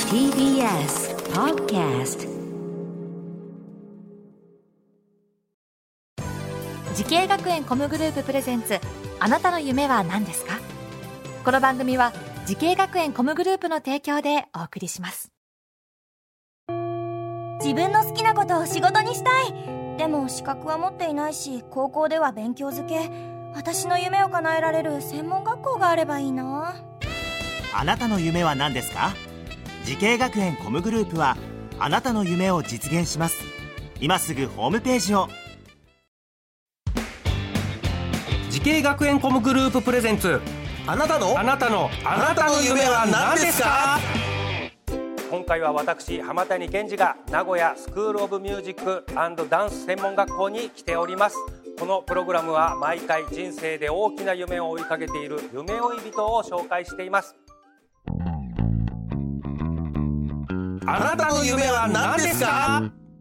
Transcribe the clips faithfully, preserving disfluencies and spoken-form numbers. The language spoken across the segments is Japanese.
ティービーエス Podcast。 時系学園コムグループプレゼンツ、あなたの夢は何ですか？この番組は時系学園コムグループの提供でお送りします。 自分の好きなことを仕事にしたい。でも資格は持っていないし、高校では勉強づけ。私の夢を叶えられる専門学校があればいいな。 あなたの夢は何ですか？時系学園コムグループはあなたの夢を実現します。今すぐホームページを。 時系学園コムグループプレゼンツ、 あなたのあなたのあなたの夢は何ですか？ 今回は私浜谷健二が名古屋スクールオブミュージック&ダンス専門学校に来ております。このプログラムは毎回人生で大きな夢を追いかけている夢追い人を紹介しています。 あなたの夢は何ですか？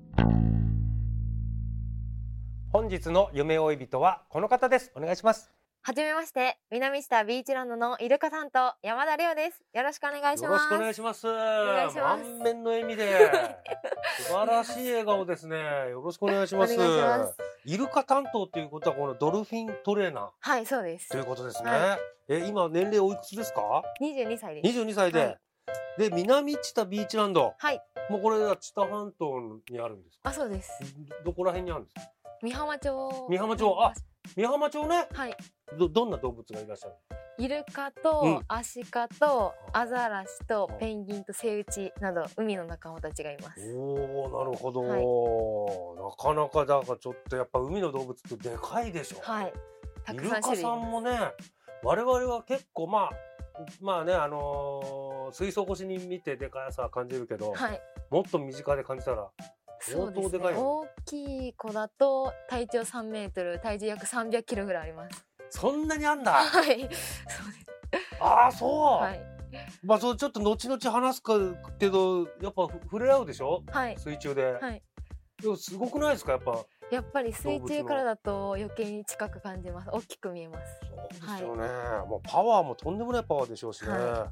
本日の夢追い人はこの方です。お願いします。 はじめまして、南下ビーチランドのイルカ担当山田レオです。よろしくお願いします。 よろしくお願いします。 願いします。 満面の笑みで素晴らしい笑顔ですね。よろしくお願いします。 お願いします。 イルカ担当ということはこのドルフィントレーナー。 はい、そうです。 ということですね。 はえ、今年齢おいくつですか？ にじゅうにさいです。 にじゅうにさいで。はい、で、南知多ビーチランド。 はい。 もうこれは知多半島にあるんですか？ あ、そうです。 どこら辺にあるんですか？ 美浜町。 美浜町、あ、美浜町ね。 はい。 ど、どんな動物がいらっしゃる？ イルカとアシカとアザラシとペンギンとセイウチなど海の仲間たちがいます。 おー、なるほど、 はい、 なかなかだからちょっとやっぱ海の動物ってでかいでしょ。 はい。たくさん種類います。 イルカさんもね、我々は結構まあまあね、あのー、水槽越しに見てでかさは感じるけど、 はい、 もっと身近で感じたら相当でかいよね。 大きい子だと体長さんメートル、体重約さんびゃくキロぐらいあります。 そんなにあんだ。 はい、そうです。 ああ、そう。 はい。 まあそうちょっと後々話すかけどやっぱ触れ合うでしょ。 はい。 水中で。 はい。 でもすごくないですかやっぱ。 やっぱり水中からだと余計に近く感じます。大きく見えます。 そうですよね。はい、もうパワーもとんでもないパワーでしょうしね。はい、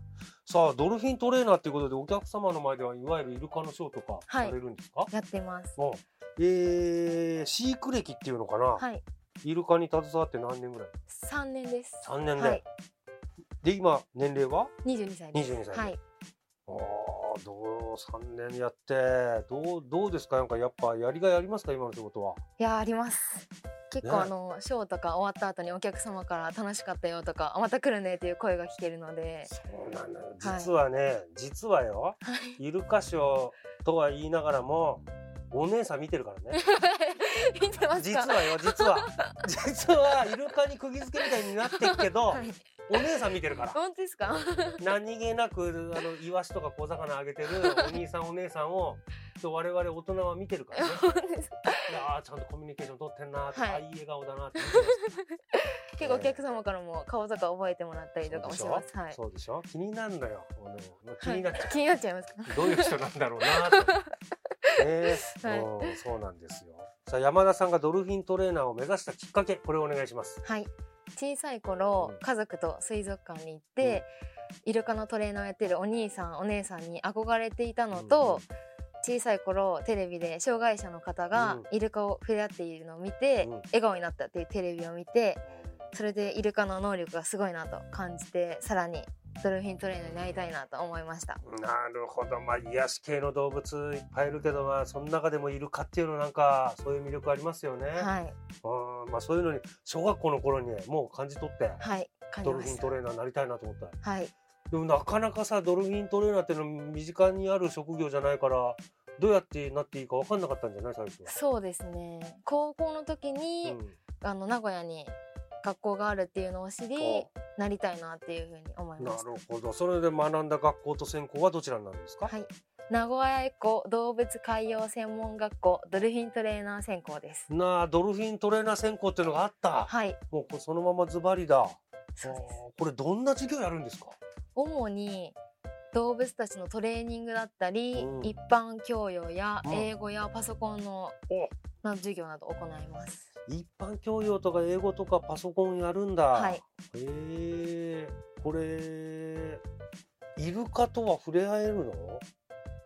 さあドルフィントレーナーということでお客様の前ではいわゆるイルカのショーとかされるんですか？ はい、やってます。 えー、飼育歴っていうのかな。はい。イルカに携わって何年ぐらい？ さんねんです。 さんねんで。はい、で今年齢は？ にじゅうにさいです。 にじゅうにさい。はい。ああ、どうさんねんやってどうどうですか？なんかやっぱやりがいありますか今の仕事は？ いやあります。結構、ね、あのショーとか終わった後にお客様から楽しかったよとかまた来るねっていう声が聞けるので。 そうなのよ。実はね、はい、実はよ、はい、イルカショーとは言いながらもお姉さん見てるからね。 見てますか？ 実はよ、実は実はイルカに釘付けみたいになってるけど、はい、お姉さん見てるから。 本当ですか？ 何気なくあのイワシとか小魚あげてるお兄さんお姉さんを我々大人は見てるからね。いやちゃんとコミュニケーション取ってんなって、はい、いい笑顔だなって見てます。 結構お客様からも顔とか覚えてもらったりとかもします。はい、 そうでしょ。気になるんだよ。気になっちゃう、はい、 気になっちゃいますか？ どういう人なんだろうなって。ね、はい、そうなんですよ。さあ山田さんがドルフィントレーナーを目指したきっかけ、これをお願いします。 はい。小さい頃、うん、家族と水族館に行って、うん、イルカのトレーナーをやってるお兄さんお姉さんに憧れていたのと、うん、小さい頃テレビで障害者の方がイルカを触れ合っているのを見て、うん、笑顔になったっていうテレビを見て、それでイルカの能力がすごいなと感じて、さらにドルフィントレーナーになりたいなと思いました。 なるほど。まあ癒し系の動物いっぱいいるけど、まあその中でもイルカっていうのなんかそういう魅力ありますよね。 はい。 うん、まあそういうのに小学校の頃にもう感じ取って、 はい、 ドルフィントレーナーになりたいなと思った。 はい。 でもなかなかさドルフィントレーナーっていうの身近にある職業じゃないから、どうやってなっていいか分かんなかったんじゃない最初は？ そうですね。高校の時に、うん、あの名古屋に学校があるっていうのを知りなりたいなっていうふうに思いました。 なるほど。それで学んだ学校と専攻はどちらになるんですか？ はい、名古屋エコ動物海洋専門学校ドルフィントレーナー専攻です。 なあ、ドルフィントレーナー専攻っていうのがあった。 はい。 もうそのままズバリだ。 そうです。 これどんな授業やるんですか？ 主に動物たちのトレーニングだったり、うん、一般教養や英語やパソコンの、うん、授業など行います。 一般教養とか英語とかパソコンやるんだ。 はい。 へえ。これイルカとは触れ合えるの？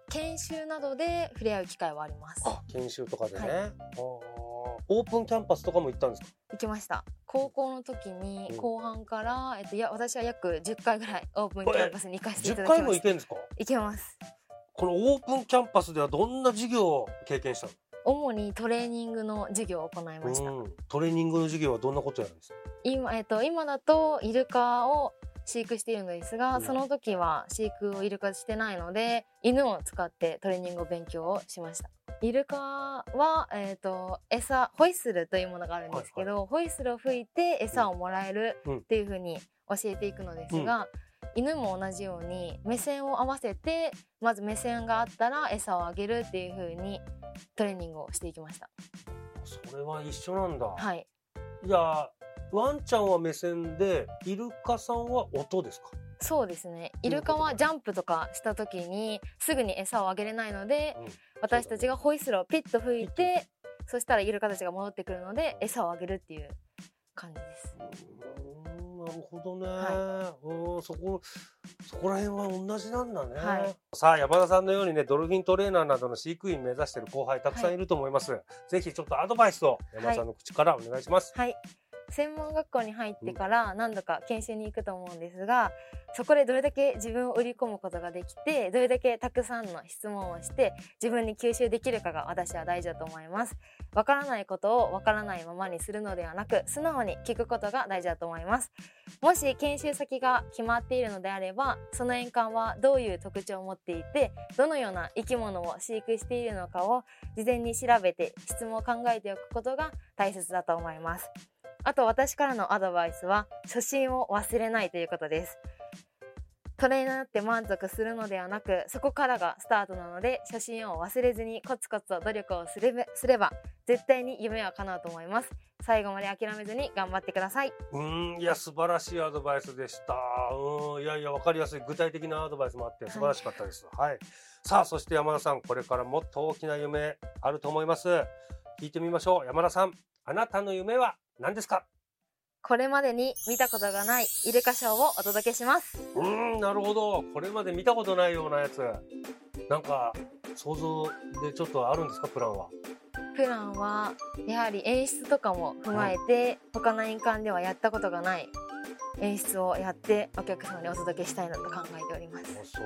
研修などで触れ合う機会はあります。 あ、研修とかでね、 はい、 あオープンキャンパスとかも行ったんですか？ 行きました。高校の時に後半から、うん、えっと、いや私は約じゅっかいぐらいオープンキャンパスに行かせていただきました。じゅっかいも行けるんですか？ 行けます。 このオープンキャンパスではどんな授業を経験したの？ 主にトレーニングの授業を行いました。 うん、トレーニングの授業はどんなことやるんですか？ 今、えっと、今だとイルカを飼育しているのですが、うん、その時は飼育をイルカしてないので犬を使ってトレーニングを勉強をしました。イルカは、えーと、餌ホイッスルというものがあるんですけど、はいはい、ホイッスルを吹いて餌をもらえるっていう風に教えていくのですが、うん、犬も同じように目線を合わせてまず目線があったら餌をあげるっていう風にトレーニングをしていきました。 それは一緒なんだ。 はい。 いや、ワンちゃんは目線でイルカさんは音ですか？ そうですね。イルカはジャンプとかした時にすぐに餌をあげれないので、うん、私たちがホイッスルをピッと吹いて、そしたらイルカたちが戻ってくるので餌をあげるっていう感じです。 うーん、なるほどね、 はい、うん、そこそこら辺は同じなんだね、 はい、 さあ山田さんのようにねドルフィントレーナーなどの飼育員目指している後輩たくさんいると思います、はい、ぜひちょっとアドバイスを山田さんの口からお願いします。 はい、はい、専門学校に入ってから何度か研修に行くと思うんですが、そこでどれだけ自分を売り込むことができて、どれだけたくさんの質問をして自分に吸収できるかが私は大事だと思います。わからないことをわからないままにするのではなく、素直に聞くことが大事だと思います。もし研修先が決まっているのであれば、その園館はどういう特徴を持っていて、どのような生き物を飼育しているのかを事前に調べて質問を考えておくことが大切だと思います。あと私からのアドバイスは、初心を忘れないということです。トレーナーって満足するのではなく、そこからがスタートなので、初心を忘れずにコツコツと努力をすれば、すれば絶対に夢は叶うと思います。最後まで諦めずに頑張ってください。 うーん、いや素晴らしいアドバイスでした。うん、いやいや分かりやすい具体的なアドバイスもあって素晴らしかったです。はい、はい、さあそして山田さん、これからもっと大きな夢あると思います。聞いてみましょう。山田さん、あなたの夢は何ですか？ これまでに見たことがないイルカショーをお届けします。 うーん、なるほど。これまで見たことないようなやつ、なんか想像でちょっとあるんですか？プランはプランはやはり演出とかも踏まえて、うん、他の園館ではやったことがない演出をやってお客様にお届けしたいなと考えております。 そう、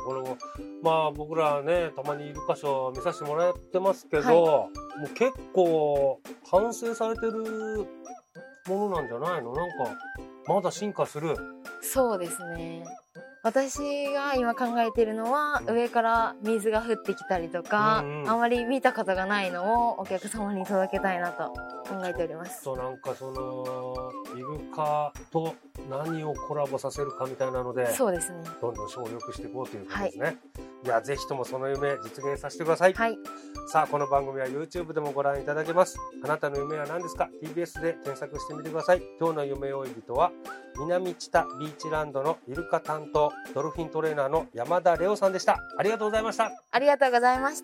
これもまあ僕らねたまにイルカショー見させてもらってますけど、はい、もう結構完成されてるものなんじゃないの？なんかまだ進化する。 そうですね。私が今考えているのは、うん、上から水が降ってきたりとか、うんうん、あまり見たことがないのをお客様に届けたいなと考えております。 そう、なんかそのイルカと何をコラボさせるかみたいなので、 そうですね、 どんどんショーを良くしていこうということですね。はい、いやぜひともその夢実現させてください。 はい、 さあこの番組は YouTube でもご覧いただけます。あなたの夢は何ですか？ ティービーエス で検索してみてください。今日の夢追い人は南知多ビーチランドのイルカ担当ドルフィントレーナーの山田レオさんでした。ありがとうございました。 ありがとうございました。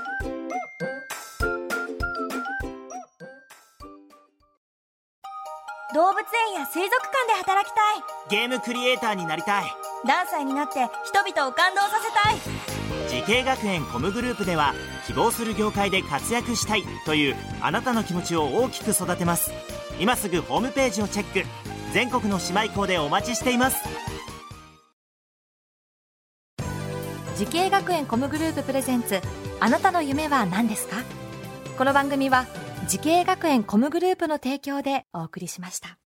動物園や水族館で働きたい。 ゲームクリエイターになりたい。 ダンサーになって人々を感動させたい。 時系学園コムグループでは、希望する業界で活躍したいというあなたの気持ちを大きく育てます。今すぐホームページをチェック。全国の姉妹校でお待ちしています。 時系学園コムグループプレゼンツ、あなたの夢は何ですか？この番組は時系学園コムグループの提供でお送りしました。